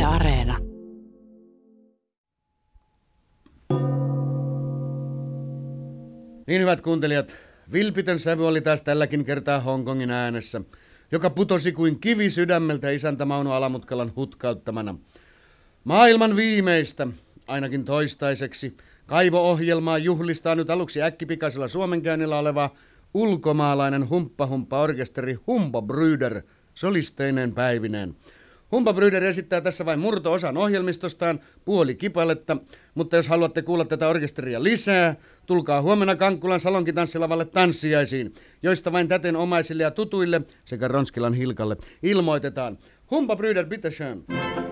Areena. Niin, hyvät kuuntelijat, vilpitön sävy oli taas tälläkin kertaa Hongkongin äänessä, joka putosi kuin kivi sydämeltä isäntä Mauno Alamutkalan hutkauttamana. Maailman viimeistä, ainakin toistaiseksi, kaivo-ohjelmaa juhlistaa nyt aluksi äkkipikaisella suomenkäynnillä oleva ulkomaalainen humppa-orkesteri Humba Brüder solisteineen päivineen. Humba Brüder esittää tässä vain murto-osan ohjelmistostaan, puoli kipaletta, mutta jos haluatte kuulla tätä orkesteria lisää, tulkaa huomenna Kankkulan salonkitansssilavalle tanssiaisiin, joista vain täten omaisille ja tutuille sekä Ronskilan Hilkalle ilmoitetaan. Humba Brüder, bitte schön.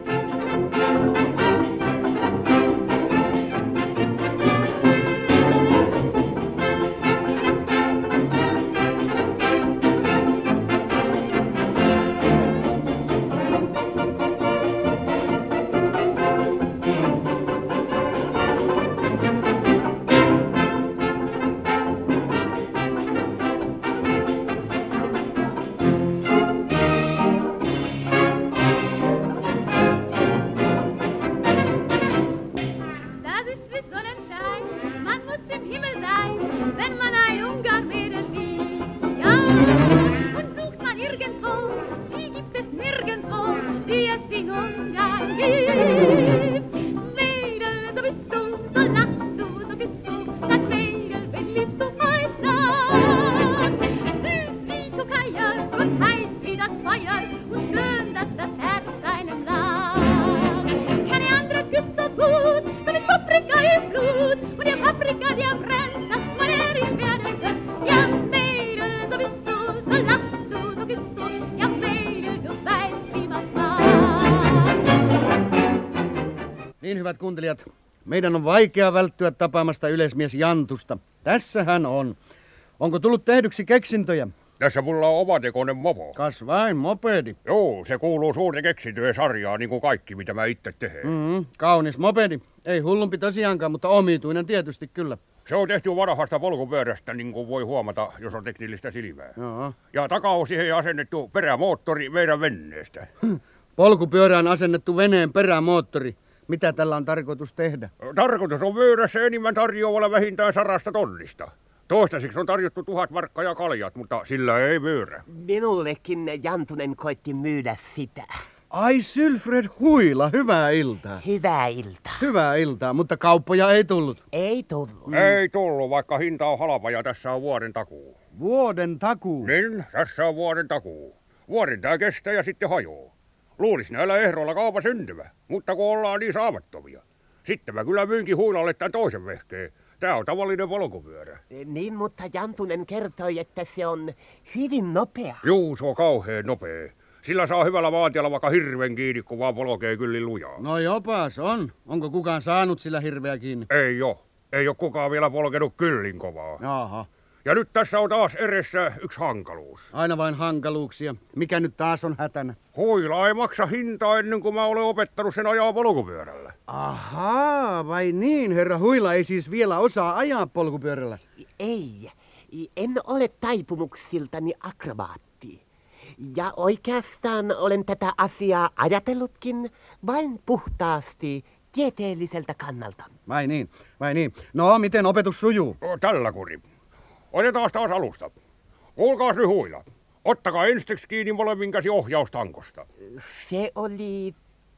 Niin, hyvät kuuntelijat, meidän on vaikea välttyä tapaamasta yleismies Jantusta. Tässä hän on. Onko tullut tehdyksi keksintöjä? Tässä mulla on omatekoinen mopo. Kas vain, mopedi. Joo, se kuuluu suurten keksintöjen sarjaan, niin kuin kaikki, mitä mä itse teen. Kaunis mopedi. Ei hullumpi tosiaankaan, mutta omituinen tietysti kyllä. Se on tehty vanhasta polkupyörästä, niin kuin voi huomata, jos on teknillistä silmää. Joo. Ja takaa on siihen asennettu perämoottori meidän veneestä. Polkupyörään asennettu veneen perämoottori. Mitä tällä on tarkoitus tehdä? Tarkoitus on vyörässä enemmän tarjoavalla vähintään 100 tonnista. Toistaiseksi on tarjottu 1000 markkaa ja kaljat, mutta sillä ei vyörä. Minullekin Jantunen koitti myydä sitä. Ai Sylfred Huila, hyvää iltaa. Hyvää iltaa. Hyvää iltaa, mutta kauppoja ei tullut. Ei tullut. Ei tullut, vaikka hinta on halpa ja tässä on vuoden takuu. Vuoden takuu? Niin, tässä on vuoden takuu. Vuoden tää kestää ja sitten hajoaa. Luulis näillä ehdoilla kaupa syntyvä, mutta kun ollaan niin saamattomia. Sitten mä kyllä myynkin Huilalle tämän toisen vehkeen. Tää on tavallinen polkupyörä. Niin, mutta Jantunen kertoi, että se on hyvin nopea. Juu, se on kauheen nopea. Sillä saa hyvällä maantiellä vaikka hirven kiinni, kun vaan polkee kyllin lujaa. No jopas on. Onko kukaan saanut sillä hirveä kiinni? Ei oo kukaan vielä polkenut kyllin kovaa. Jaha. Ja nyt tässä on taas edessä yksi hankaluus. Aina vain hankaluuksia. Mikä nyt taas on hätänä? Huila ei maksa hintaa ennen kuin mä olen opettanut sen ajaa polkupyörällä. Ahaa, vai niin, herra Huila ei siis vielä osaa ajaa polkupyörällä? Ei, en ole taipumuksiltani akrobaatti. Ja oikeastaan olen tätä asiaa ajatellutkin vain puhtaasti tieteelliseltä kannalta. Vai niin. No, miten opetus sujuu? Tällä kuri. Otetaan taas alusta. Kuulkaas nyt Huila. Ottakaa ensiksi kiinni molemmin käsi ohjaustankosta. Se oli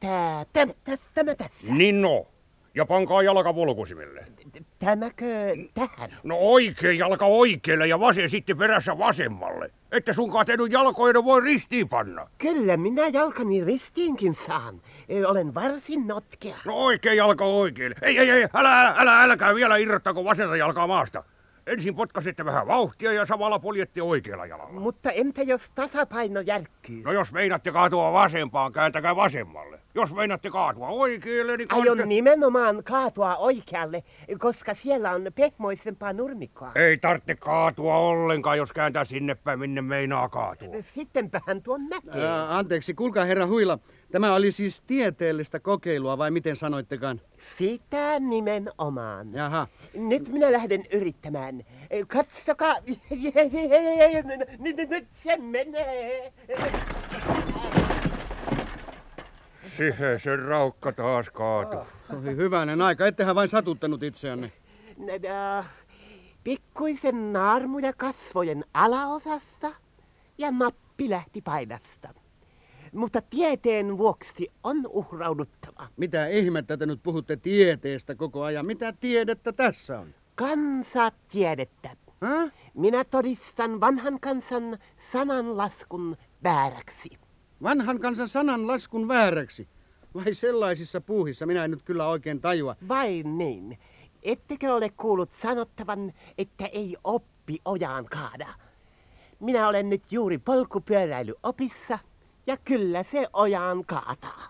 tämä tässä. Niin no. Ja pankaa jalka polkusimelle. Tämäkö tähän? No oikein jalka oikealle ja vasen sitten perässä vasemmalle. Että sunkaan teidän jalkojen voi ristiin panna. Kyllä, minä jalkani ristiinkin saan. Olen varsin notkea. No oikein jalka oikealle. Ei, älkää vielä irrottako vasenta jalkaa maasta. Ensin potkasitte vähän vauhtia ja samalla poljette oikealla jalalla. Mutta entä jos tasapaino järkkyy? No jos meinatte kaatua vasempaan, kääntäkää vasemmalle. Jos meinatte kaatua oikealle, niin Aion nimenomaan kaatua oikealle, koska siellä on pehmoisempaa nurmikkoa. Ei tarvitse kaatua ollenkaan, jos kääntää sinne päin, minne meinaa kaatua. Sittenpähän tuon näkee. Anteeksi, kuulkaa herra Huila. Tämä oli siis tieteellistä kokeilua, vai miten sanoittekaan? Sitä nimenomaan. Jaha. Nyt minä lähden yrittämään. Katsokaa. Nyt se menee. Siihen se raukka taas kaatui. Oi hyvänen aika, ettehän vain satuttanut itseänne. Pikkuisen naarmuja kasvojen alaosasta ja nappi lähti painasta. Mutta tieteen vuoksi on uhrauduttava. Mitä ihmettä te nyt puhutte tieteestä koko ajan? Mitä tiedettä tässä on? Kansatiedettä. Häh? Minä todistan vanhan kansan sananlaskun vääräksi. Vanhan kansan sananlaskun vääräksi? Vai sellaisissa puuhissa? Minä en nyt kyllä oikein tajua. Vain niin. Ettekö ole kuullut sanottavan, että ei oppi ojaan kaada? Minä olen nyt juuri polkupyöräilyopissa ja kyllä se ojaan kaataa.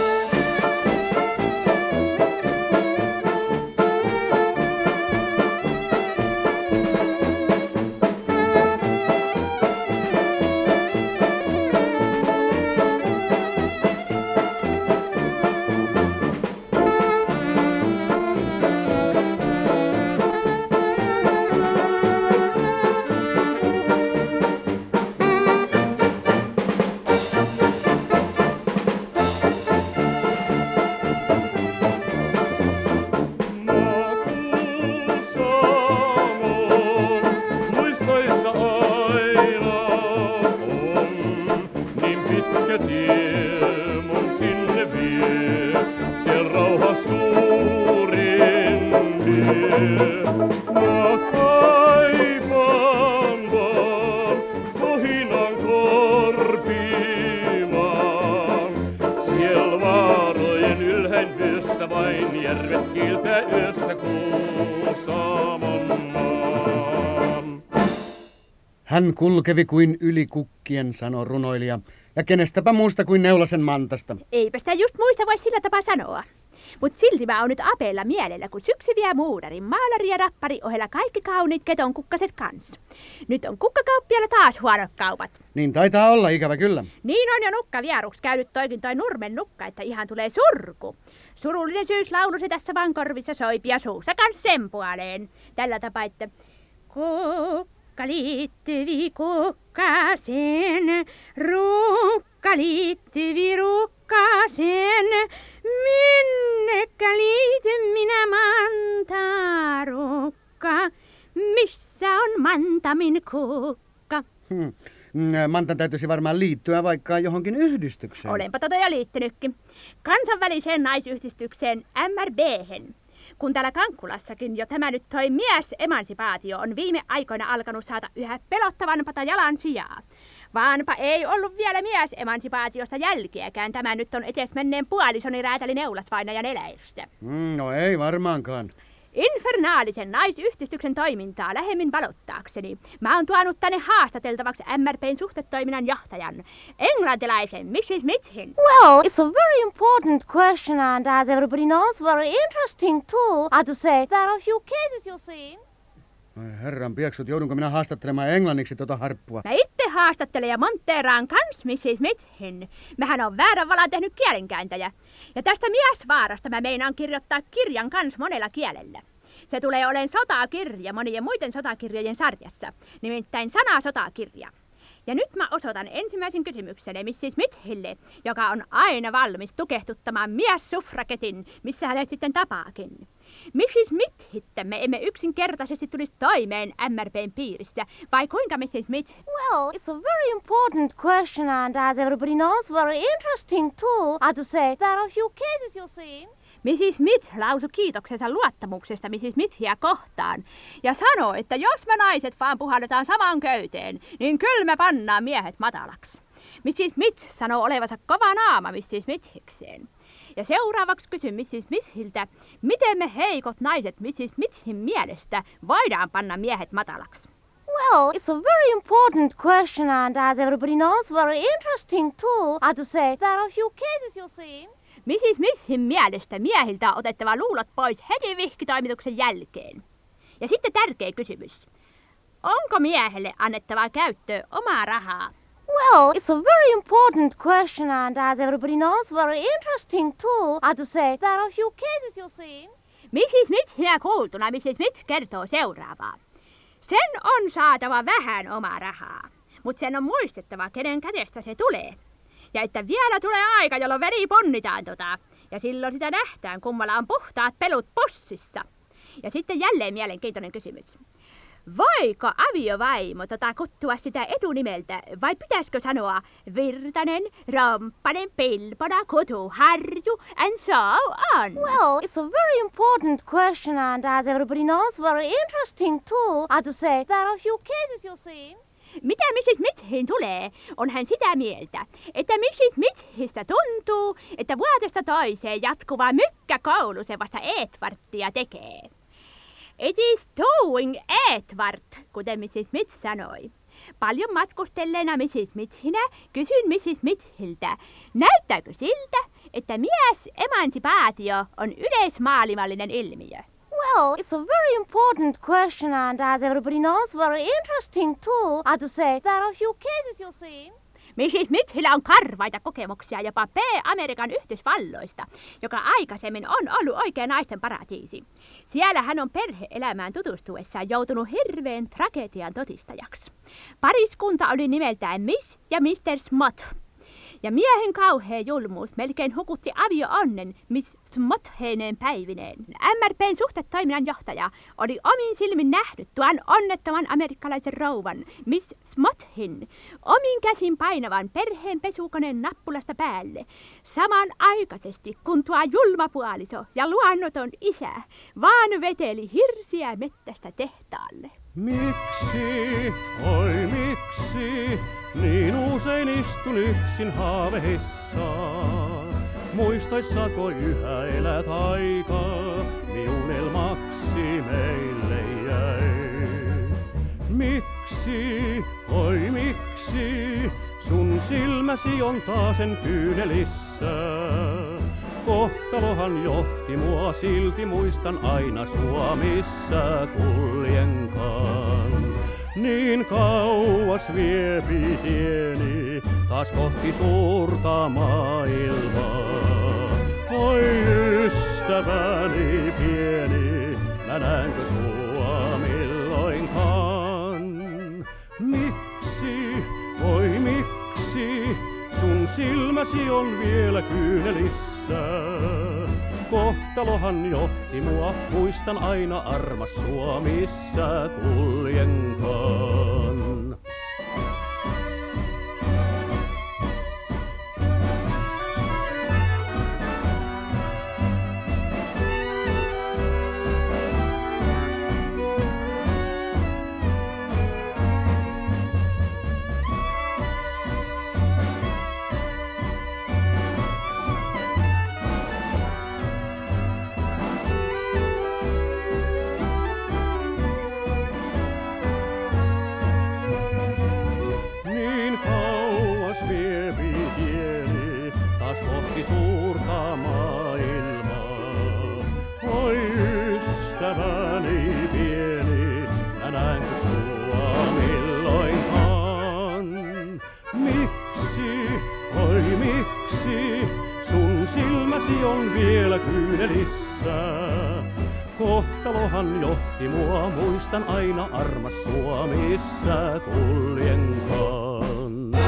Vain järvet kiiltää yössä Kuusamon maan. Hän kulkevi kuin yli kukkien, sanoi runoilija, ja kenestäpä muusta kuin Neulasen Mantasta. Eipä sitä just muista voi sillä tapaa sanoa. Mut silti mä oon nyt apeella mielellä, kun syksyviä muudarin, maalari ja rappari ohella kaikki kauniit ketonkukkaset kans. Nyt on kukkakauppialla taas huonot kaupat. Niin taitaa olla, ikävä kyllä. Niin on jo nukkavieruksi käynyt toikin toi Nurmen nukka, että ihan tulee surku. Surullinen syyslaulu se tässä vaan korvissa soipia suussa kans sen puoleen. Tällä tapaa, että kukka liittyvi kukkasen, rukka liittyvi rukkasen, minnekä liityn minä mantarukka, missä on mantamin kukka? Mantan täytyisi varmaan liittyä vaikka johonkin yhdistykseen. Olenpa jo liittynytkin. Kansainväliseen naisyhdistykseen MRB:hen. Kun täällä Kankkulassakin jo tämä nyt toi miesemansipaatio on viime aikoina alkanut saada yhä pelottavampata jalan sijaa. Vaanpa ei ollut vielä miesemansipaatiosta jälkeäkään. Tämä nyt on edesmenneen puolisoni räätäli Neulasvainajan eläistä. No ei varmaankaan. Infernaalisen naisyhdistyksen toimintaa lähemmin valottaakseni mä oon tuonut tänne haastateltavaksi MRP:n suhtetoiminnan johtajan, englantilaisen Mrs. Mitchin. Well, it's a very important question and as everybody knows, very interesting too. I have to say, there are a few cases you see. Herran pieksut, joudunko minä haastattelemaan englanniksi tota harppua? Mä itse haastattelen ja monteeraan kans Mrs. Mitchin. Mähän on väärän valan tehnyt kielenkääntäjä. Ja tästä miesvaarasta mä meinaan kirjoittaa kirjan kans monella kielellä. Se tulee olemaan sotakirja monien muiden sotakirjojen sarjassa, nimittäin sanasotakirja. Ja nyt mä osoitan ensimmäisen kysymykseni Mrs. Mitchille, joka on aina valmis tukehtuttamaan miessuffraketin, missä hänet sitten tapaakin. Mrs. Mithitte me emme yksinkertaisesti tulisi toimeen MRP:n piirissä, vai kuinka Mrs. Mitch? Well, it's a very important question and as everybody knows, very interesting too. I have to say, there are a few cases you see. Mrs. Smith lausui kiitoksensa luottamuksesta Mrs. Smithia kohtaan ja sanoi, että jos me naiset vaan puhalletaan samaan köyteen, niin kyllä me pannaan miehet matalaksi. Mrs. Smith sanoi olevansa kova naama Mrs. Smithikseen. Ja seuraavaksi kysyn Mrs. Smithiltä, miten me heikot naiset Mrs. Smithin mielestä voidaan panna miehet matalaksi. Well, it's a very important question and as everybody knows, very interesting too. I have to say, there are a few cases you see. Mrs. Smithin mielestä miehiltä on otettava luulot pois heti vihkitoimituksen jälkeen. Ja sitten tärkeä kysymys. Onko miehelle annettava käyttöön omaa rahaa? Well, it's a very important question and as everybody knows, very interesting too. I have to say, there are a few cases you see. Mrs. Smithiä kuultuna Mrs. Smith kertoo seuraavaa. Sen on saatava vähän omaa rahaa, mutta sen on muistettava, kenen kädestä se tulee. Ja että vielä tulee aika, jolloin veri punnitaan Ja silloin sitä nähtään, kummalla on puhtaat pelut pussissa. Ja sitten jälleen mielenkiintoinen kysymys. Voiko aviovaimo kuttua sitä etunimeltä, vai pitäisikö sanoa Virtanen, Romppanen, Pilpona, Kutu, Harju, and so on? Well, it's a very important question, and as everybody knows, very interesting too. To say there are a few cases, you see. Mitä Mrs. Mitchiin tulee, on hän sitä mieltä, että Mrs. Mitchistä tuntuu, että vuodesta toiseen jatkuva mykkäkoulu se vasta Edwardia tekee. It is doing Edward, kuten Mrs. Mitch sanoi. Paljon matkustelleena Mrs. Mitchinä kysyin Mrs. Mitchiltä, näyttääkö siltä, että mies-emansipaatio on yleismaailmallinen ilmiö? Well, it's a very important question, and as everybody knows, very interesting too. To say there are a few cases, you see. Mrs. Mitchillä on karvaita kokemuksia jopa Amerikan Yhdysvalloista, joka aikaisemmin on ollut oikea naisten paratiisi. Siellä hän on perhe-elämään tutustuessaan joutunut hirveän tragedian todistajaksi. Pariskunta oli nimeltään Miss ja Mr. Smot. Ja miehen kauhea julmuus melkein hukutti avio-onnen Miss Smotheineen päivineen. MRPn suhtetoiminnan johtaja oli omin silmin nähnyt tuon onnettoman amerikkalaisen rouvan Miss Smothin omin käsin painavan perheen pesukoneen nappulasta päälle. Samanaikaisesti kun tuo julma puoliso ja luonnoton isä vaan veteli hirsiä mettästä tehtaalle. Miksi, oi miksi, niin usein istun yksin haaveissaan? Muistaissako yhä elät aikaa, minun elmaksi meille jäi? Miksi, oi miksi, sun silmäsi on taasen kyynelissä? Kohtalohan johti mua, silti muistan aina sua, missä kuljenkaan. Niin kauas viepi tieni, taas kohti suurta maailmaa. Oi ystäväni pieni, mä näenkö sua milloinkaan? Miksi, oi miksi, sun silmäsi on vielä kyynelissä? Kohtalohan johti mua, muistan aina armas sua, missä kuljenkaan. Suurta maailmaa. Oi ystäväni pieni, mä näenkö sua milloinkaan? Miksi, oi miksi, sun silmäsi on vielä kyynelissä? Kohtalohan johti mua, muistan aina armas sua, missä kuljenkaan.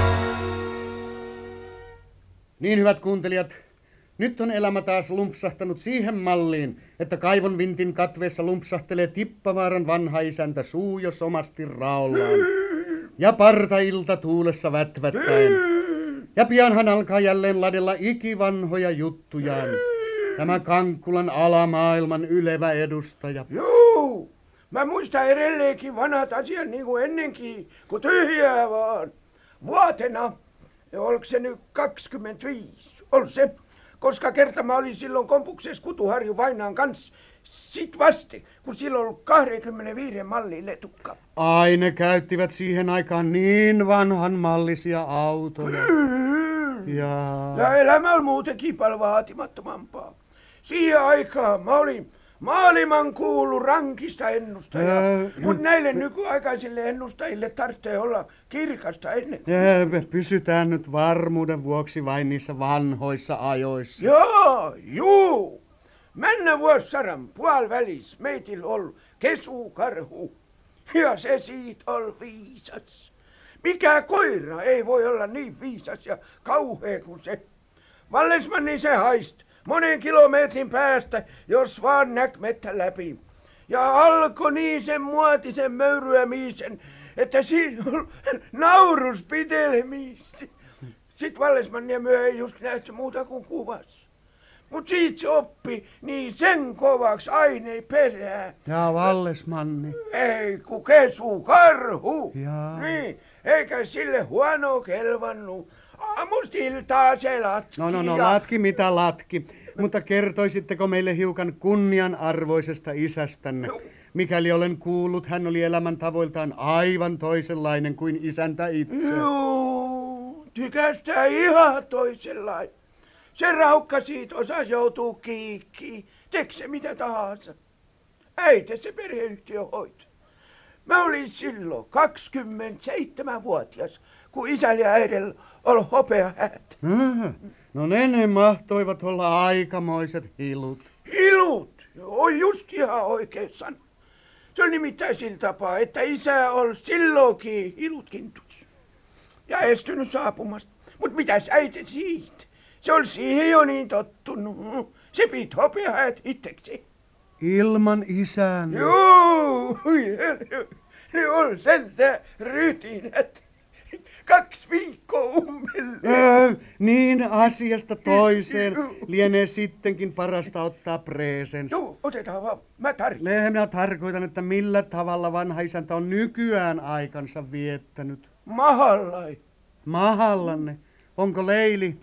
Niin, hyvät kuuntelijat, nyt on elämä taas lumpsahtanut siihen malliin, että kaivonvintin katveessa lumpsahtelee Tippavaaran vanha isäntä suu jo somasti raollaan. Ja partailta tuulessa vätvättäen. Ja pianhan alkaa jälleen ladella ikivanhoja juttujaan. Tämä Kankkulan alamaailman ylevä edustaja. Juu, mä muistan edelleenkin vanhat asiat niin kuin ennenkin, kun tyhjää vaan. Vuotena, oliko se nyt 25, on se, koska kerta mä olin silloin kompuksessa Kutuharju Vainaan kanssa sit vasti, kun silloin oli 25 mallin letukka. Ai, ne käyttivät siihen aikaan niin vanhan mallisia autoja. Ja elämä oli muutenkin paljon vaatimattomampaa. Siihen aikaan mä olin maailman kuulu rankista ennustaja, mutta näille nykyaikaisille ennustajille tarvitsee olla kirkasta ennen. Pysytään nyt varmuuden vuoksi vain niissä vanhoissa ajoissa. Joo, juu. Mennä vuosisadan puolivälis meitillä oli kesukarhu, ja se siitä oli viisas. Mikä koira ei voi olla niin viisas ja kauhea kuin se. Vallesmanni se haist monen kilometrin päästä, jos vaan näkmettä läpi. Ja alkoi niin sen muotisen möyryämisen, että siinä on naurus pitelemistä. Sitten Vallesmannia myö ei just nähty muuta kuin kuvassa. Mut siitä se oppi niin sen kovaksi ainei perää. Ja Vallesmanni. Ei ku kesukarhu. Jaa. Niin, eikä sille huono kelvannu. Aamusta iltaa se latki. No, latki mitä latki. Mutta kertoisitteko meille hiukan kunnianarvoisesta isästänne? Mikäli olen kuullut, hän oli elämäntavoiltaan aivan toisenlainen kuin isäntä itse. Juu, tykästää ihan toisenlainen. Se raukka siitä osasi joutuu kiikkiin. Teki se mitä tahansa. Äiti se perheyhtiö hoiti. Mä olin silloin 27-vuotias, kun isällä ja äidellä oli hopeahäät. No ne mahtoivat olla aikamoiset hilut. Hilut? Joo, just ihan oikein sana. Se on nimittäin sillä tapaa, että isä oli silloinkin hilutkintus. Ja estynyt saapumasta. Mut mitäs äiti siitä? Se oli siihen jo niin tottunut. Se piti hopeahäät itseksi. Ilman isän. Joo, ne on sentään rytinät. 2 viikkoa ummelleen. Niin asiasta toiseen lienee sittenkin parasta ottaa presens. Joo, otetaan vaan. Mä tarjoan. Minä tarkoitan, että millä tavalla vanha isäntä on nykyään aikansa viettänyt. Mahallai. Mahallanne. Onko Leili?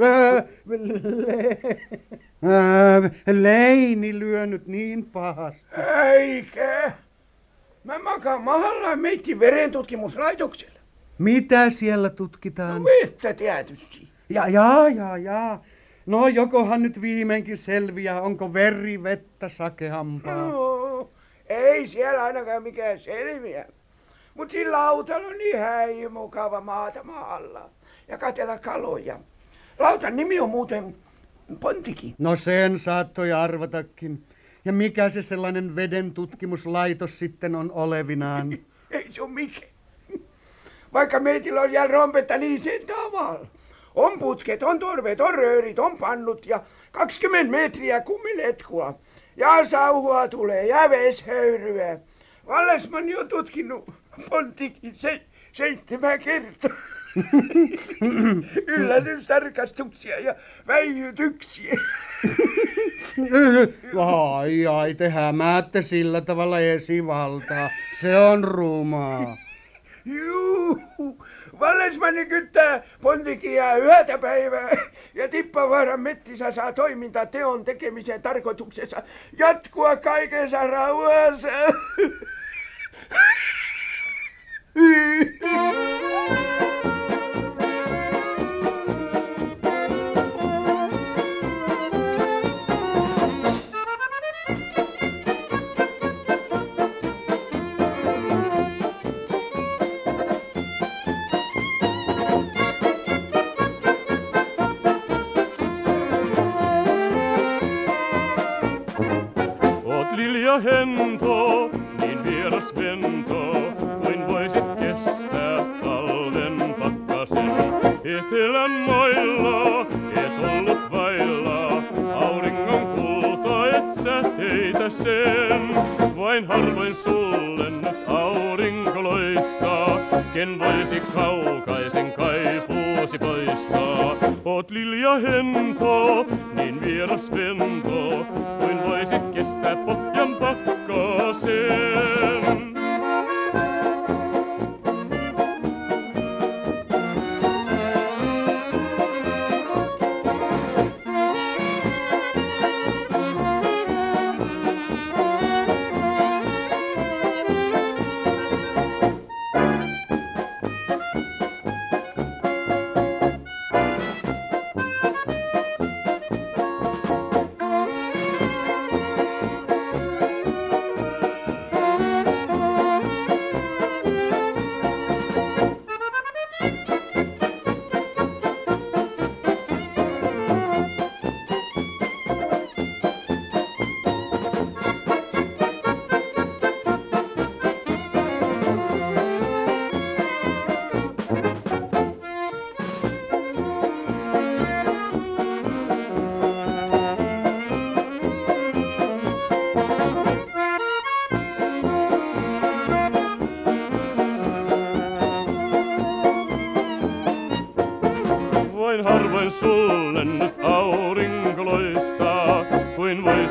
Leini lyönyt niin pahasti. Eikä. Mä makaan mahallai meittin verentutkimuslaitoksella. Mitä siellä tutkitaan? Vettä tietysti. Ja. No jokohan nyt viimeinkin selviää, onko veri vettä sakeampaa. No, ei siellä ainakaan mikään selviä. Mut sillä autolla on niin häijy mukava maata maalla ja katella kaloja. Lautan nimi on muuten Pontiki. No sen saattoi arvatakin. Ja mikä se sellainen veden tutkimuslaitos sitten on olevinaan? Ei se on mikä. Vaikka meitillä on jäällä rompetta niin sen tavalla. On putket, on torvet, on röörit, on pannut ja 20 metriä kumiletkua. Ja sauhua tulee ja veshöyryä. Vallesmanni on tutkinut Pontikin 7 kertaa. Yllätystarkastuksia ja väijytyksiä. Ai, te hämäätte sillä tavalla esivaltaa. Se on rumaa. Juu, Vallesmanni kyttää Pontikia yötä päivää ja Tippavaaran mettissä saa toimintaa teon tekemisen tarkoituksessa jatkua kaikessa rauhassa. Lilja hento, niin vieras vento, kuin voisit kestää talven pakkasen. Etelän mailla et ollut vailla, auringon kulta et sä heitä sen. Vain harvoin sulle nyt aurinko loistaa, ken voisi kaukaisen kaipuusi poistaa. Oot lilja hento, niin vieras vento, kuin voisit kestää pohjan pakkasen.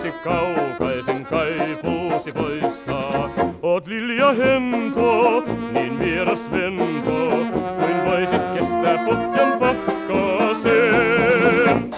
voisi kaukaisen kaipuusi poistaa. Oot Lilja Hento, niin vieras vento, kuin voisit kestää potjan pakkaseen.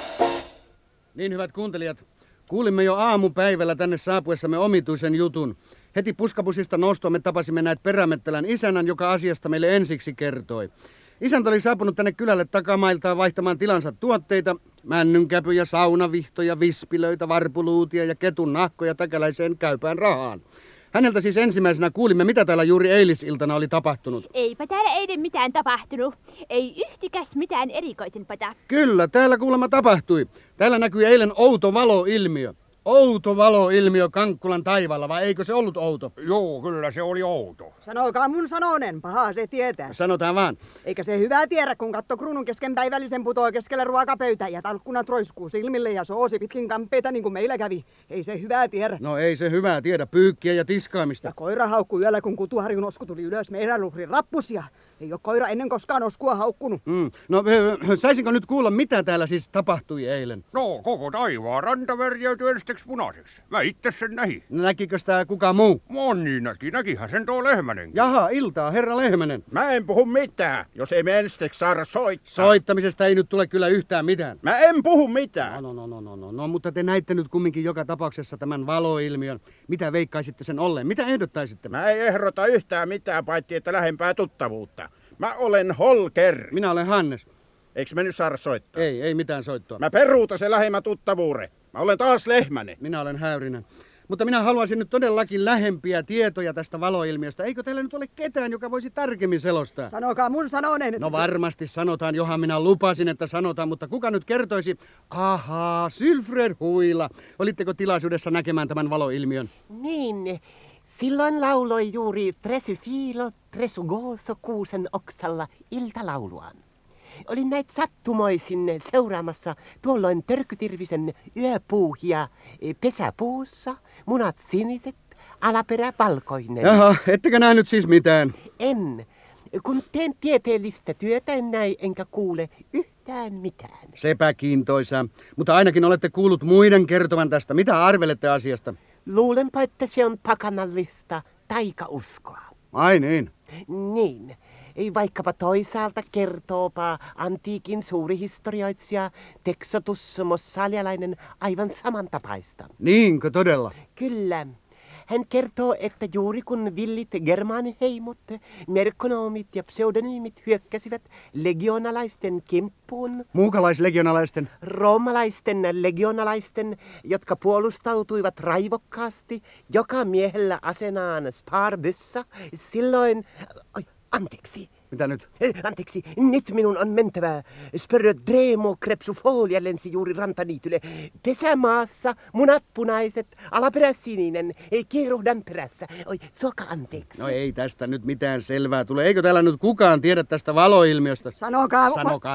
Niin, hyvät kuuntelijat, kuulimme jo aamupäivällä tänne saapuessamme omituisen jutun. Heti puskapusista noustua me tapasimme näet Perämettälän isännän, joka asiasta meille ensiksi kertoi. Isäntä oli saapunut tänne kylälle takamailtaan vaihtamaan tilansa tuotteita, männynkäpyjä, saunavihtoja, vispilöitä, varpuluutia ja ketun nahkoja täkäläiseen käypään rahaan. Häneltä siis ensimmäisenä kuulimme, mitä täällä juuri eilisiltana oli tapahtunut. Eipä täällä eilen mitään tapahtunut. Ei yhtikäs mitään erikoisempaa. Kyllä, täällä kuulemma tapahtui. Täällä näkyi eilen outo valoilmiö. Outo valoilmiö Kankkulan taivaalla, vai eikö se ollut outo? Joo, kyllä se oli outo. Sanokaa mun sanonen, pahaa se tietää. Sanotaan vaan. Eikä se hyvää tiedä, kun katto kruunun kesken päivällisen putoo keskelle ruokapöytä ja talkkunat roiskuu silmille ja soosi pitkin kampeita niin kuin meillä kävi. Ei se hyvää tiedä. No ei se hyvää tiedä, pyykkiä ja tiskaamista. Ja koira haukkui yöllä, kun kutuharjun osku tuli ylös meidän luhrin rappusia. Ei ole koira ennen koskaan oskua haukkunut. No saisinko nyt kuulla, mitä täällä siis tapahtui eilen? No, koko taivaan ranta värjäytyi ensiksi punaiseksi. Mä itse sen nähin. Näkikö sitä kuka muu? Moni näki, näkihän sen tuo Lehmänen. Jaha, iltaa, herra Lehmänen. Mä en puhu mitään, jos ei me ensiksi saada soittaa. Soittamisesta ei nyt tule kyllä yhtään mitään. Mä en puhu mitään. No, mutta te näitte nyt kumminkin joka tapauksessa tämän valoilmiön. Mitä veikkaisitte sen olleen? Mitä ehdottaisitte? Mä en ehdota yhtään mitään, paitsi että lähempää tuttavuutta. Mä olen Holker. Minä olen Hannes. Eikö me nyt saada soittaa? Ei mitään soittoa. Mä peruutan se lähemmä tuttavuure. Mä olen taas Lehmänen. Minä olen Häyrinen. Mutta minä haluaisin nyt todellakin lähempiä tietoja tästä valoilmiöstä. Eikö teillä nyt ole ketään, joka voisi tarkemmin selostaa? Sanokaa mun sanonen. No varmasti sanotaan, johan minä lupasin, että sanotaan, mutta kuka nyt kertoisi? Ahaa, Sylfred Huila. Olitteko tilaisuudessa näkemään tämän valoilmiön? Niin, silloin lauloi juuri Tresy Filo, Tresu Gooso kuusen oksalla iltalauluaan. Olin näitä sattumoisin seuraamassa tuolloin Törkytirvisen yöpuuhia pesäpuussa, munat siniset, alaperä valkoinen. Jaha, ettekö nähnyt siis mitään? En. Kun teen tieteellistä työtä, en näe enkä kuule yhtään mitään. Sepä kiintoisaa. Mutta ainakin olette kuullut muiden kertovan tästä. Mitä arvelette asiasta? Luulenpa, että se on pakanallista taikauskoa. Ai niin. Niin. Ei vaikkapa toisaalta kertoopa antiikin suuri historioitsija Texotus Mossalialainen aivan samantapaista. Niinkö todella? Kyllä. Hän kertoo, että juuri kun villit germaaniheimot, merkonomit ja pseudonyymit hyökkäsivät legionalaisten kimppuun, Muukalaislegionalaisten? roomalaisten legionalaisten, jotka puolustautuivat raivokkaasti, joka miehellä asenaan sparbyssa, silloin... Anteeksi. Mitä nyt? Anteeksi, nyt minun on mentävä. Spördremo krepsufolia lensi juuri rantaniitylle. Pesämaassa, munat punaiset, alaperä sininen, kieruhdan perässä. Oi, suoka anteeksi. No ei tästä nyt mitään selvää tule. Eikö täällä nyt kukaan tiedä tästä valoilmiöstä? Sanokaa.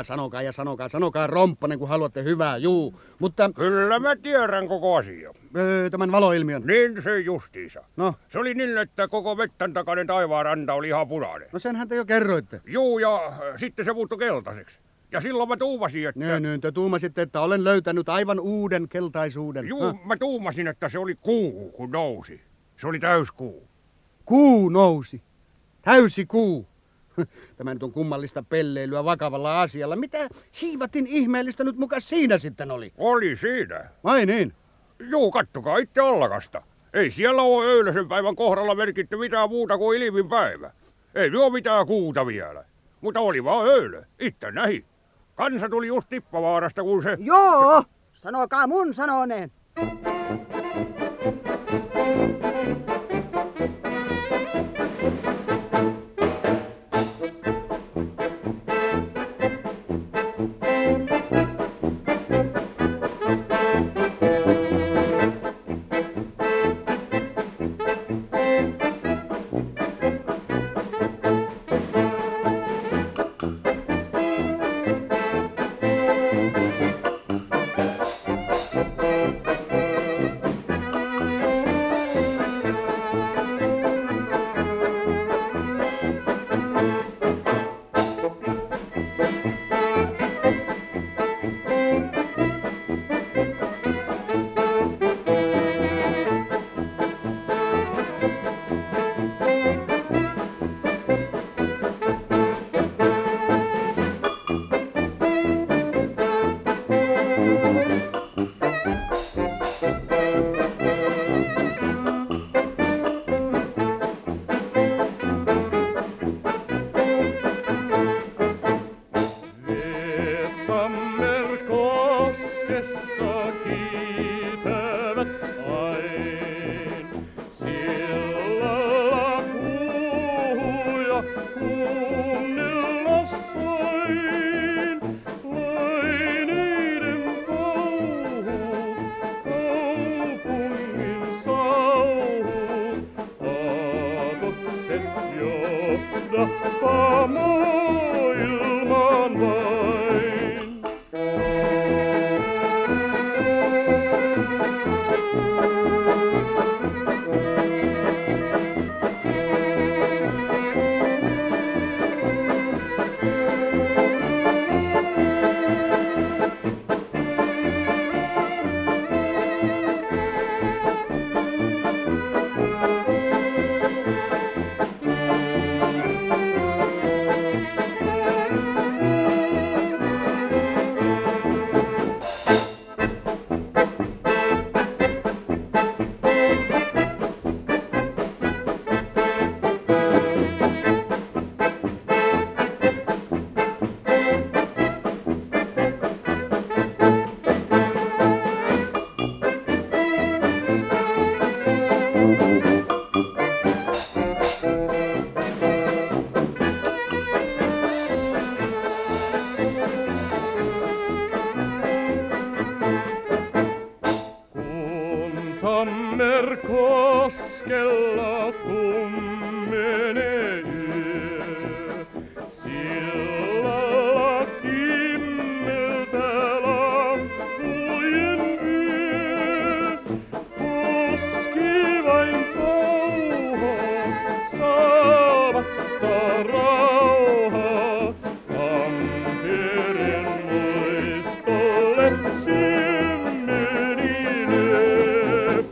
Sanokaa Romppanen, kun haluatte hyvää, juu. Mutta Kyllä mä tiedän koko asia. tämän valoilmiön. Niin se justiinsa. No. Se oli niin, että koko vettän takainen taivaan ranta oli ihan punainen. No senhän te jo kerroitte. Juu, ja sitten se muuttui keltaiseksi. Ja silloin mä tuumasin, että... Niin, te tuumasitte, että olen löytänyt aivan uuden keltaisuuden. Juu, mä tuumasin, että se oli kuu, kun nousi. Se oli täyskuu. Kuu nousi. Täysi kuu. Tämä nyt on kummallista pelleilyä vakavalla asialla. Mitä hiivatin ihmeellistä nyt muka siinä sitten oli? Oli siinä. Ai niin. Juu, kattokaa itse allakasta. Ei siellä ole öylösen päivän kohdalla merkitty mitään muuta kuin ilmin päivä. Ei ole mitään kuuta vielä. Mutta oli vaan öylö. Itse nähi. Kansa tuli just Tippavaarasta, kun se... Joo, sanokaa mun sanonen. kiitävät ain. Sillalla puhuja kuunnella sain, laineiden kauhu, kaupungin sauhu, aatokset johdappa maailman vain. Tammerkoskella tummenee yö, sillalla kimmeltää lamppujen vyö. Koski vain kauhaa, saamatta rauhaa, Tampereen muistolle symmeninee.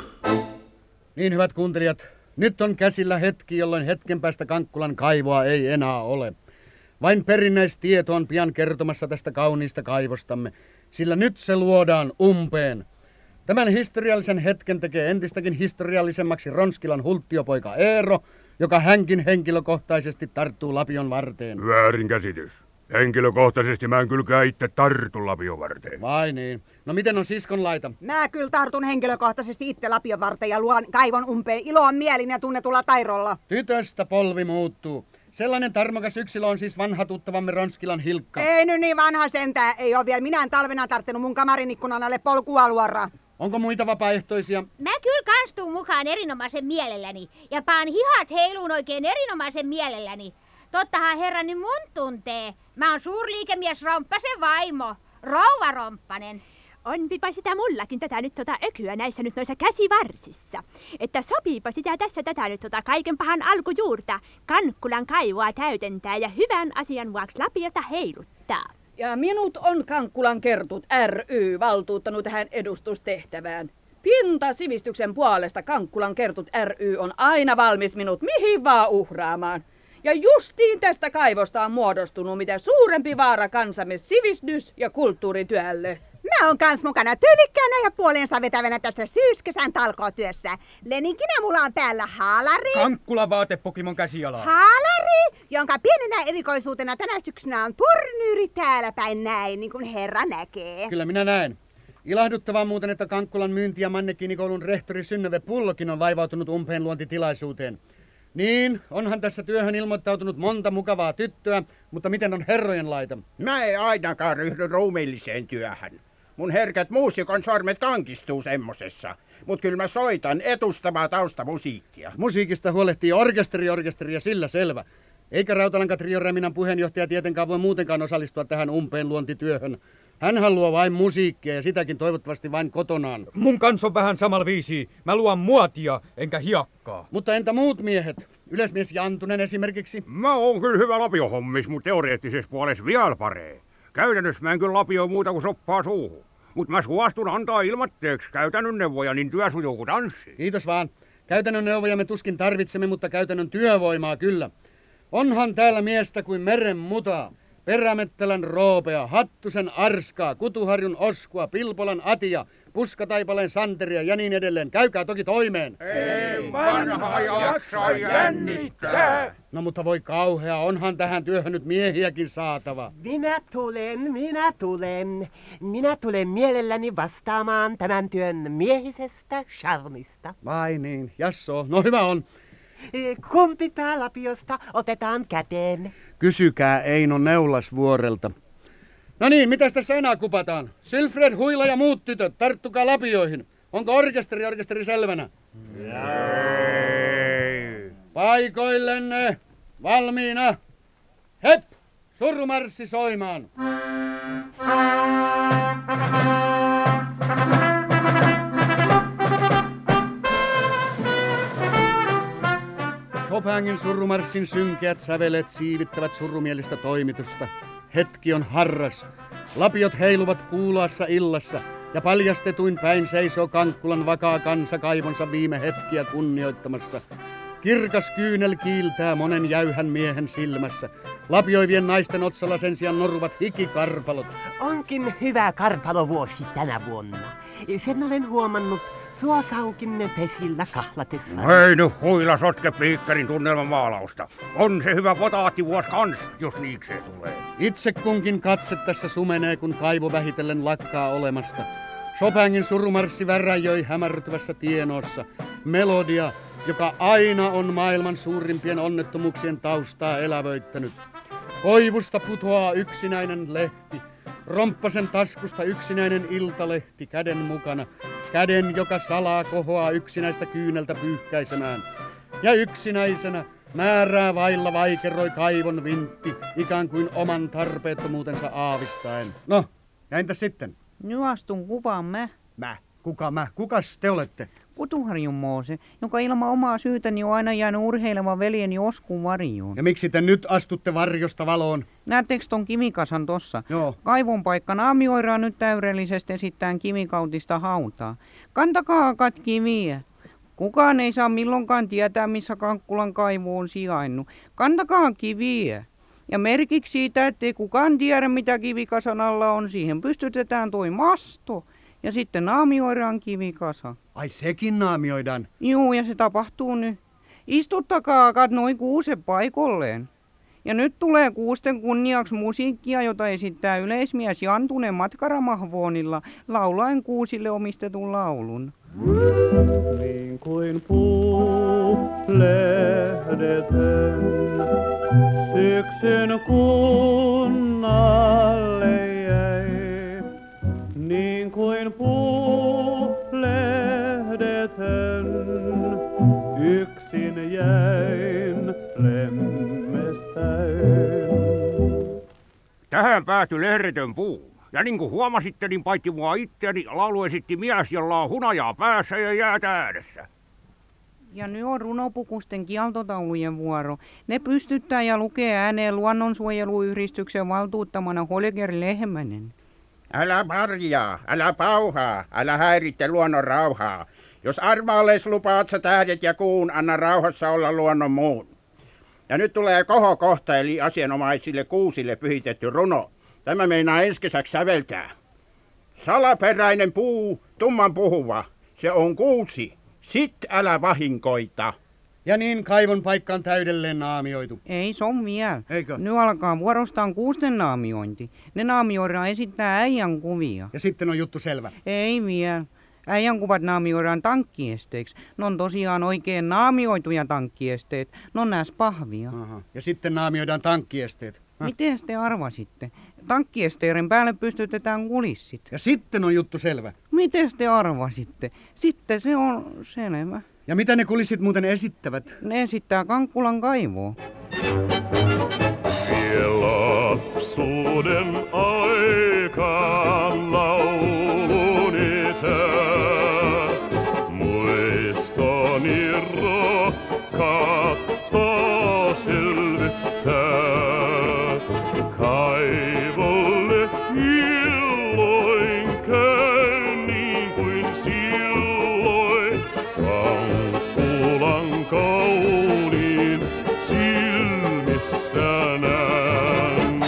Niin, hyvät kuuntelijat, nyt on käsillä hetki, jolloin hetken päästä Kankkulan kaivoa ei enää ole. Vain perinnäistieto on pian kertomassa tästä kauniista kaivostamme, sillä nyt se luodaan umpeen. Tämän historiallisen hetken tekee entistäkin historiallisemmaksi Ronskilan hulttiopoika Eero, joka hänkin henkilökohtaisesti tarttuu lapion varteen. Väärinkäsitys. Henkilökohtaisesti mä en kylkään itse tartu lapion varteen. Vai niin. No miten on siskon laita? Mä kyllä tartun henkilökohtaisesti itse lapion varten ja luon kaivon umpeen iloon mielin ja tunnetulla tairolla. Tytöstä polvi muuttuu. Sellainen tarmokas yksilö on siis vanha tuttavamme Ronskilan Hilkka. Ei nyt niin vanha sentään. Ei ole vielä minä talvena tarttenut mun kamarin ikkunan alle polkua luoraa. Onko muita vapaaehtoisia? Mä kyllä kans tuun mukaan erinomaisen mielelläni. Ja paan hihat heiluun oikein erinomaisen mielelläni. Tottahan herra nyt mun tuntee. Mä oon suurliikemies Romppasen vaimo. Rouva Romppanen. Onpipa sitä mullakin tätä nyt ökyä näissä nyt noissa käsivarsissa. Että sopiipa sitä tässä tätä nyt kaiken pahan alkujuurta Kankkulan kaivoa täytentää ja hyvän asian vuoksi lapiota heiluttaa. Ja minut on Kankkulan Kertut ry valtuuttanut tähän edustustehtävään. Pintasivistyksen puolesta Kankkulan Kertut ry on aina valmis minut mihin vaan uhraamaan. Ja justiin tästä kaivosta on muodostunut mitä suurempi vaara kansamme sivistys- ja kulttuurityölle. Mä oon kans mukana tyylikkäänä ja puoleensa vetävänä tässä syyskesän talkootyössä. Leninkinä mulla on päällä haalari. Kankkulan vaatepukimon käsialaa. Haalari, jonka pienenä erikoisuutena tänä syksynä on turnyyri täällä päin näin, niin kuin herra näkee. Kyllä minä näen. Ilahduttavaa muuten, että Kankkulan myynti- ja mannekiinikoulun rehtori Synnöve Pullokin on vaivautunut umpeenluontitilaisuuteen. Niin, onhan tässä työhön ilmoittautunut monta mukavaa tyttöä, mutta miten on herrojen laita? Mä en ainakaan ryhdy ruumiilliseen työhön. Mun herkät muusikon sormet kankistuu semmosessa. Mut kyllä mä soitan etustavaa taustamusiikkia. Musiikista huolehtii orkesteri ja sillä selvä. Eikä Rautalanka Trio Räminän puheenjohtaja tietenkään voi muutenkaan osallistua tähän umpeenluontityöhön. Hän haluaa vain musiikkia ja sitäkin toivottavasti vain kotonaan. Mun kans on vähän samalla viisi. Mä luon muotia, enkä hiakkaa. Mutta entä muut miehet? Yleismies Jantunen esimerkiksi? Mä oon kyllä hyvä lapiohommis, mutta teoreettisessa puolessa vielä paree. Käytännössä mä en kyllä lapio muuta kuin soppaa suuhun. Mut mä suostun antaa ilmatteeksi käytännön neuvoja, niin työ sujuu kuin tanssi. Kiitos vaan. Käytännön neuvoja me tuskin tarvitsemme, mutta käytännön työvoimaa kyllä. Onhan täällä miestä kuin meren mutaa. Perämettelän Roopea, Hattusen Arskaa, Kutuharjun Oskua, Pilpolan Atia, puskataipaleen santeria ja niin edelleen. Käykää toki toimeen. Ei vanha jaksa jännittää. No mutta voi kauhea, onhan tähän työhön nyt miehiäkin saatava. Minä tulen. Minä tulen mielelläni vastaamaan tämän työn miehisestä charmista. Vai niin, jassoo, no hyvä on. Kumpi päälapiosta otetaan käteen? Kysykää Eino Neulasvuorelta. No niin, mitäs tässä enää kupataan? Silfred, Huila ja muut tytöt, tarttukaa lapioihin. Onko orkesteri selvänä? Ei. Paikoillenne, valmiina. Hep, surmarssi soimaan. Chopinin surrumarssin synkeät sävelet siivittävät surrumielistä toimitusta. Hetki on harras. Lapiot heiluvat kuulaassa illassa ja paljastetuin päin seisoo Kankkulan vakaa kansa kaivonsa viime hetkiä kunnioittamassa. Kirkas kyynel kiiltää monen jäyhän miehen silmässä. Lapioivien naisten otsalla sen sijaan noruvat hikikarpalot. Onkin hyvä karpalovuosi tänä vuonna. Sen olen huomannut suosaukin pesillä kahlatessa. Ei nyt Huila sotke Piikkarin tunnelman maalausta. On se hyvä potaattivuosi kans, jos niikseen tulee. Itse kunkin katse tässä sumenee, kun kaivo vähitellen lakkaa olemasta. Chopinin surumarssi väräjöi hämärtyvässä tienoossa. Melodia, joka aina on maailman suurimpien onnettomuuksien taustaa elävöittänyt. Koivusta putoaa yksinäinen lehti. Romppasen taskusta yksinäinen iltalehti käden mukana. Käden, joka salaa kohoaa yksinäistä kyyneltä pyyhkäisemään. Ja yksinäisenä määrää vailla vaikeroi kaivon vintti, ikään kuin oman tarpeettomuutensa aavistaen. No, ja entäs sitten? Nyt astun kuvaan mä. Mä? Kuka mä? Kukas te olette? Kutuharjun Moose, joka ilman omaa syytäni on aina jäänyt urheilevan veljeni Oskun varjoon. Ja miksi te nyt astutte varjosta valoon? Näettekö ton kimikasan tossa? Joo. Kaivon paikka naamioidaan nyt täydellisesti esittäen kimikautista hautaa. Kantakaa kiviä. Kukaan ei saa milloinkaan tietää, missä Kankkulan kaivu on sijainnut. Kantakaa kiviä. Ja merkiksi siitä, ettei kukaan tiedä, mitä kivikasan alla on, siihen pystytetään toi masto. Ja sitten naamioidaan kivikasa. Ai sekin naamioidaan? Juu, ja se tapahtuu nyt. Istuttakaa noin kuusen paikolleen. Ja nyt tulee kuusten kunniaksi musiikkia, jota esittää yleismies Jantunen Matkaramahvoonilla laulaen kuusille omistetun laulun. Niin kuin puulehdet syksyn kunnalle jäi, niin kuin puulehdeten yksin jäin lemmestäin. Tähän päätyi lehretön puu. Ja niin kuin huomasitte, niin paitsi mua itseäni, laulu esitti mies, jolla on hunajaa päässä ja jäätä äänessä. Ja nyt on runopukusten kieltotaulujen vuoro. Ne pystyttää ja lukee ääneen luonnonsuojeluyhdistyksen valtuuttamana Holger Lehmänen. Älä parjaa, älä pauhaa, älä häiritte luonnon rauhaa. Jos armaalleis lupaat sä tähdet ja kuun, anna rauhassa olla luonnon muun. Ja nyt tulee kohokohta, eli asianomaisille kuusille pyhitetty runo. Tämä meinaa ensi kesäksi säveltää. Salaperäinen puu, tumman puhuva, se on kuusi. Sit älä vahinkoita. Ja niin kaivon paikka on täydelleen naamioitu. Ei, se on vielä. Eikö? Nyt alkaa vuorostaan kuusten naamiointi. Ne naamioidaan esittää äijän kuvia. Ja sitten on juttu selvä. Ei vielä. Äijän kuvat naamioidaan tankkiesteeksi. Ne on tosiaan oikein naamioituja tankkiesteet. Ne on nääs pahvia. Aha. Ja sitten naamioidaan tankkiesteet. Miten te arvasitte? Tankkiesteiden päälle pystytetään kulissit. Ja sitten on juttu selvä. Miten te arvasitte? Sitten se on selvä. Ja mitä ne kulissit muuten esittävät? Ne esittää Kankkulan kaivoa. Lapsuuden aikaan lauluni tää, muistoni rakkaat taas elvyttää. Kaivolle illoin käy niin kuin silloin, Kankkulan kauniin silmissä näen.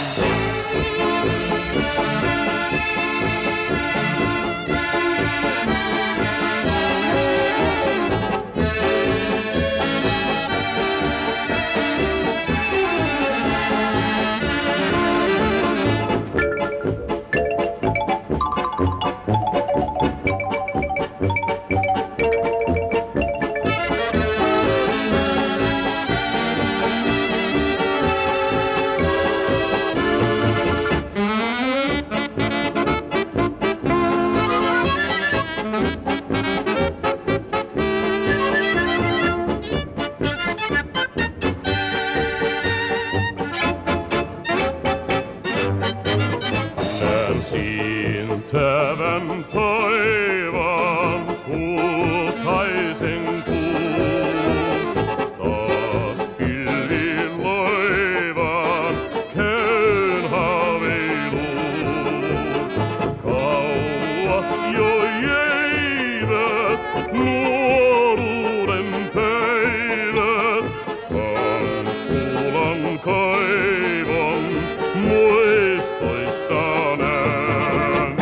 nuoruuden päivät. Kankkulan kaivon muistoissa näen.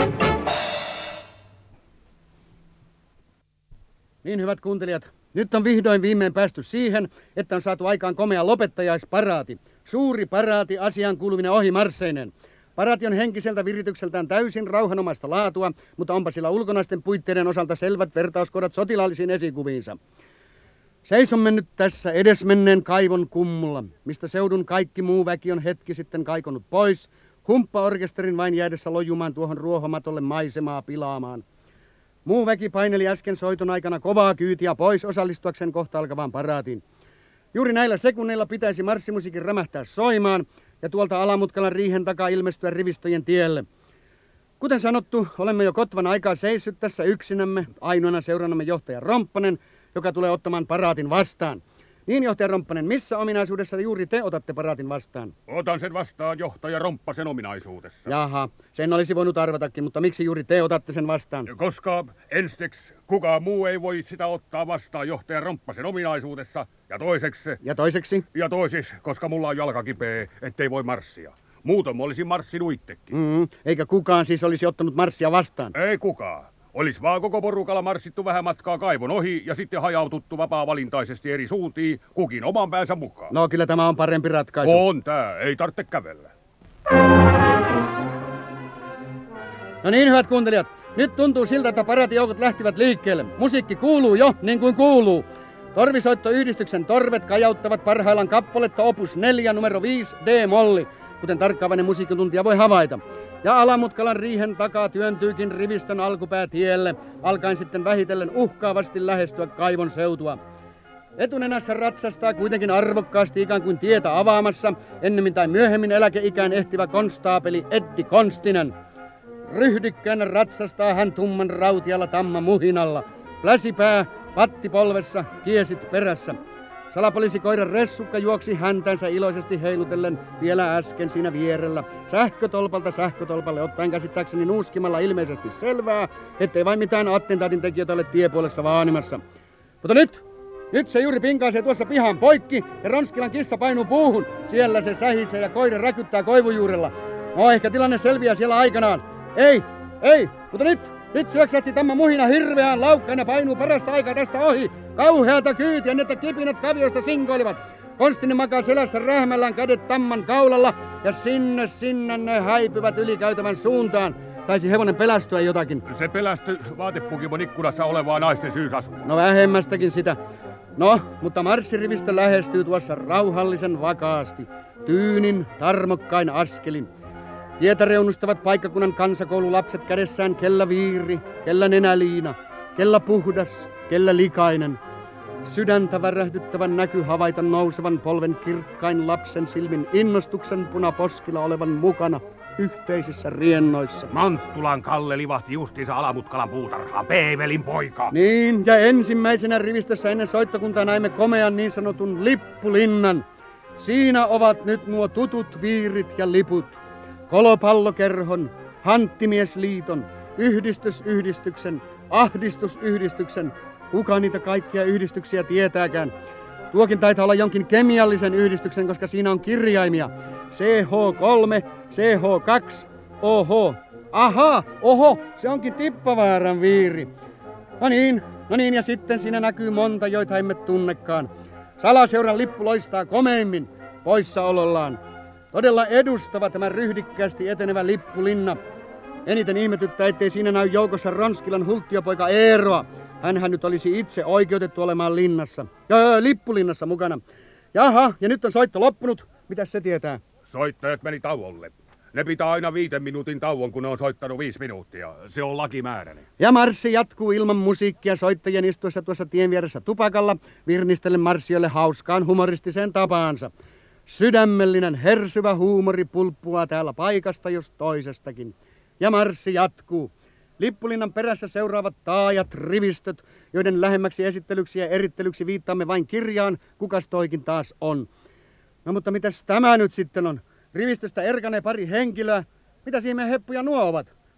Niin, hyvät kuuntelijat, nyt on vihdoin viimein päästy siihen, että on saatu aikaan komea lopettajaisparaaati. Suuri paraati asiaan kuuluvine ohimarsseinen. Paraati on henkiseltä viritykseltään täysin rauhanomaista laatua, mutta onpa sillä ulkonaisten puitteiden osalta selvät vertauskohdat sotilaallisiin esikuviinsa. Seisomme nyt tässä edesmenneen kaivon kummulla, mistä seudun kaikki muu väki on hetki sitten kaikonut pois, humppaorkesterin vain jäädessä lojumaan tuohon ruohomatolle maisemaa pilaamaan. Muu väki paineli äsken soiton aikana kovaa kyytiä pois osallistuakseen kohta alkavaan paraatiin. Juuri näillä sekunneilla pitäisi marssimusiikin rämähtää soimaan ja tuolta Alamutkalan riihen takaa ilmestyä rivistöjen tielle. Kuten sanottu, olemme jo kotvan aikaa seissyt tässä yksinämme, ainoana seurannamme johtaja Romppanen, joka tulee ottamaan paraatin vastaan. Niin, johtaja Romppanen, missä ominaisuudessa juuri te otatte paraatin vastaan? Otan sen vastaan johtaja Romppasen ominaisuudessa. Jaha, sen olisi voinut arvatakin, mutta miksi juuri te otatte sen vastaan? Koska ensiksi kukaan muu ei voi sitä ottaa vastaan johtaja Romppasen ominaisuudessa. Ja toiseksi... Ja toiseksi, koska mulla on jalka kipeä, ettei voi marssia. Muuten mä olisin marssinut itsekin. Eikä kukaan siis olisi ottanut marssia vastaan? Ei kukaan. Olisi vaan koko porukalla marssittu vähän matkaa kaivon ohi ja sitten hajaututtu vapaa-valintaisesti eri suuntiin, kukin oman päänsä mukaan. No kyllä tämä on parempi ratkaisu. On tää, ei tarvitse kävellä. No niin, hyvät kuuntelijat, nyt tuntuu siltä, että paraatijoukot lähtivät liikkeelle. Musiikki kuuluu jo niin kuin kuuluu. Torvisoittoyhdistyksen torvet kajauttavat parhaillaan kappaletta opus 4 numero 5 D-molli, kuten tarkkaavainen musiikkituntija voi havaita. Ja Alamutkalan riihen takaa työntyykin rivistön alkupää tielle, alkaen sitten vähitellen uhkaavasti lähestyä kaivon seutua. Etunenässä ratsastaa kuitenkin arvokkaasti ikään kuin tietä avaamassa, ennemmin tai myöhemmin eläkeikään ehtivä konstaapeli Eddi Konstinen. Ryhdikkään ratsastaa hän tumman rautialla tamma muhinalla. Pläsipää, patti polvessa, kiesit perässä. Salapoliisikoiran Ressukka juoksi häntänsä iloisesti heilutellen vielä äsken siinä vierellä. Sähkötolpalta sähkötolpalle ottaen käsittääkseni nuuskimalla ilmeisesti selvää, ettei vain mitään attentaatin tekijöitä ole tiepuolessa vaanimassa. Mutta nyt se juuri pinkaisee tuossa pihan poikki ja Ronskilan kissa painuu puuhun. Siellä se sähisee ja koira räkyttää koivujuurella. No ehkä tilanne selviää siellä aikanaan. Ei, mutta nyt syöksähti tämä muhina hirveään laukkaan ja painuu parasta aikaa tästä ohi. Kauheata kyytiä, että kipinät kaviosta sinkoilivat. Konstinen makaa selässä rähmällään kädet tamman kaulalla ja sinne ne häipyvät ylikäytävän suuntaan. Taisi hevonen pelästyä jotakin. Se pelästyi vaatepukimon ikkunassa olevaa naisten syysasua. No vähemmästäkin sitä. No, mutta marssirivistö lähestyy tuossa rauhallisen vakaasti. Tyynin, tarmokkain askelin. Tietä reunustavat paikkakunnan kansakoululapset kädessään kellä viiri, kellä nenäliina, kellä puhdas, kellä likainen. Sydäntä värähdyttävän näky havaita nousevan polven kirkkain lapsen silmin innostuksen punaposkilla olevan mukana yhteisissä riennoissa. Manttulan Kalle livahti justiinsa Alamutkalan puutarhaan, Peevelin poika. Niin, ja ensimmäisenä rivistössä ennen soittokuntaa näimme komean niin sanotun lippulinnan. Siinä ovat nyt nuo tutut viirit ja liput. Kolopallokerhon, Hanttimiesliiton, Yhdistysyhdistyksen, Ahdistusyhdistyksen. Kuka niitä kaikkia yhdistyksiä tietääkään? Tuokin taitaa olla jonkin kemiallisen yhdistyksen, koska siinä on kirjaimia. CH3, CH2, OH. Oho, se onkin Tippavaaran viiri. No niin, ja sitten siinä näkyy monta, joita emme tunnekaan. Salaseuran lippu loistaa komeimmin poissaolollaan. Todella edustava tämä ryhdikkäästi etenevä lippulinna. Eniten ihmetyttää, ettei siinä näy joukossa Ronskilan hulttiopoika Eeroa. Hänhän nyt olisi itse oikeutettu olemaan linnassa. Lippulinnassa mukana. Jaha, ja nyt on soitto loppunut. Mitäs se tietää? Soittajat meni tauolle. Ne pitää aina 5 minuutin tauon, kun ne on soittanut 5 minuuttia. Se on lakimääräinen. Ja marssi jatkuu ilman musiikkia soittajien istuessa tuossa tien vieressä tupakalla, virnistellen marssijoille hauskaan humoristiseen tapaansa. Sydämellinen, hersyvä huumori pulppuaa täällä paikasta jos toisestakin. Ja marssi jatkuu. Lippulinnan perässä seuraavat taajat rivistöt, joiden lähemmäksi esittelyksi ja erittelyksi viittaamme vain kirjaan, kukas toikin taas on. No mutta mitäs tämä nyt sitten on? Rivistöstä erkanee pari henkilöä. Mitä ihmeen heppuja nuo ovat?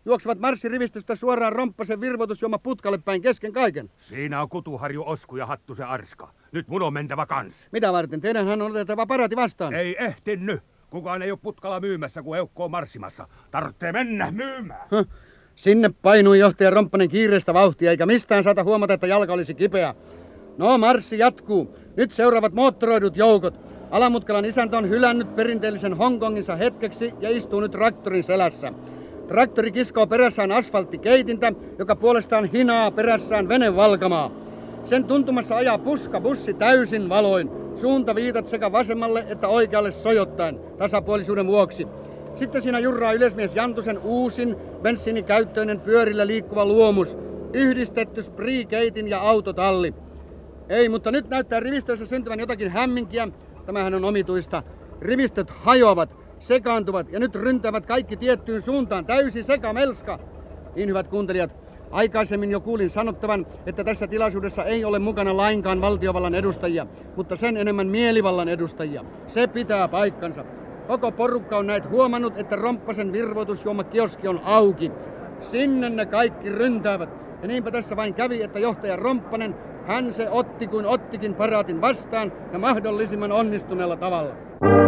juoksevat marssirivistöstä suoraan Romppasen virvoitusjuoma putkalle päin kesken kaiken. Siinä on Kutuharju Osku ja Hattusen Arska. Nyt mun on mentävä kans. Mitä varten? Teidänhän on otettava parati vastaan. Ei ehtinyt. Kukaan ei ole putkalla myymässä, kun Eukko on marssimassa. Tarvitsee mennä myymään. Sinne painui johtaja Romppanen kiireistä vauhtia, eikä mistään saata huomata, että jalka olisi kipeä. No, marssi jatkuu. Nyt seuraavat moottoroidut joukot. Alamutkalan isäntä on hylännyt perinteellisen Hongkonginsa hetkeksi ja istuu nyt traktorin selässä. Traktori kiskoo perässään asfalttikeitintä, joka puolestaan hinaa perässään venevalkamaa. Sen tuntumassa ajaa puskabussi täysin valoin. Suuntaviitat sekä vasemmalle että oikealle sojottaen tasapuolisuuden vuoksi. Sitten siinä jurraa yleismies Jantusen uusin bensiinikäyttöinen pyörillä liikkuva luomus. Yhdistetty spriikeitin ja autotalli. Ei, mutta nyt näyttää rivistöissä syntyvän jotakin hämminkiä. Tämähän on omituista. Rivistöt hajoavat, sekaantuvat ja nyt ryntävät kaikki tiettyyn suuntaan. Täysi sekamelska. Niin, hyvät kuuntelijat, aikaisemmin jo kuulin sanottavan, että tässä tilaisuudessa ei ole mukana lainkaan valtiovallan edustajia, mutta sen enemmän mielivallan edustajia. Se pitää paikkansa. Koko porukka on näet huomannut, että Romppasen virvoitusjuomakioski on auki. Sinne ne kaikki ryntäävät. Ja niinpä tässä vain kävi, että johtaja Romppanen, hän se otti kuin ottikin paraatin vastaan ja mahdollisimman onnistuneella tavalla.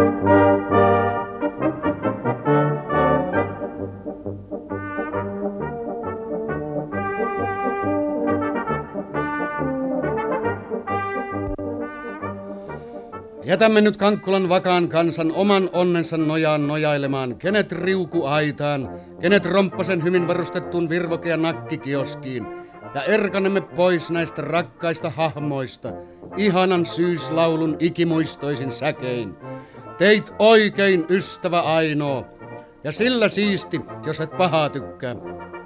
Jätämme nyt Kankkulan vakaan kansan oman onnensa nojaan nojailemaan, kenet riukuaitaan, kenet Romppasen hyvin varustettuun virvoke- ja nakkikioskiin, ja erkanemme pois näistä rakkaista hahmoista, ihanan syyslaulun ikimuistoisin säkein. Teit oikein, ystävä Ainoo, ja sillä siisti, jos et pahaa tykkää.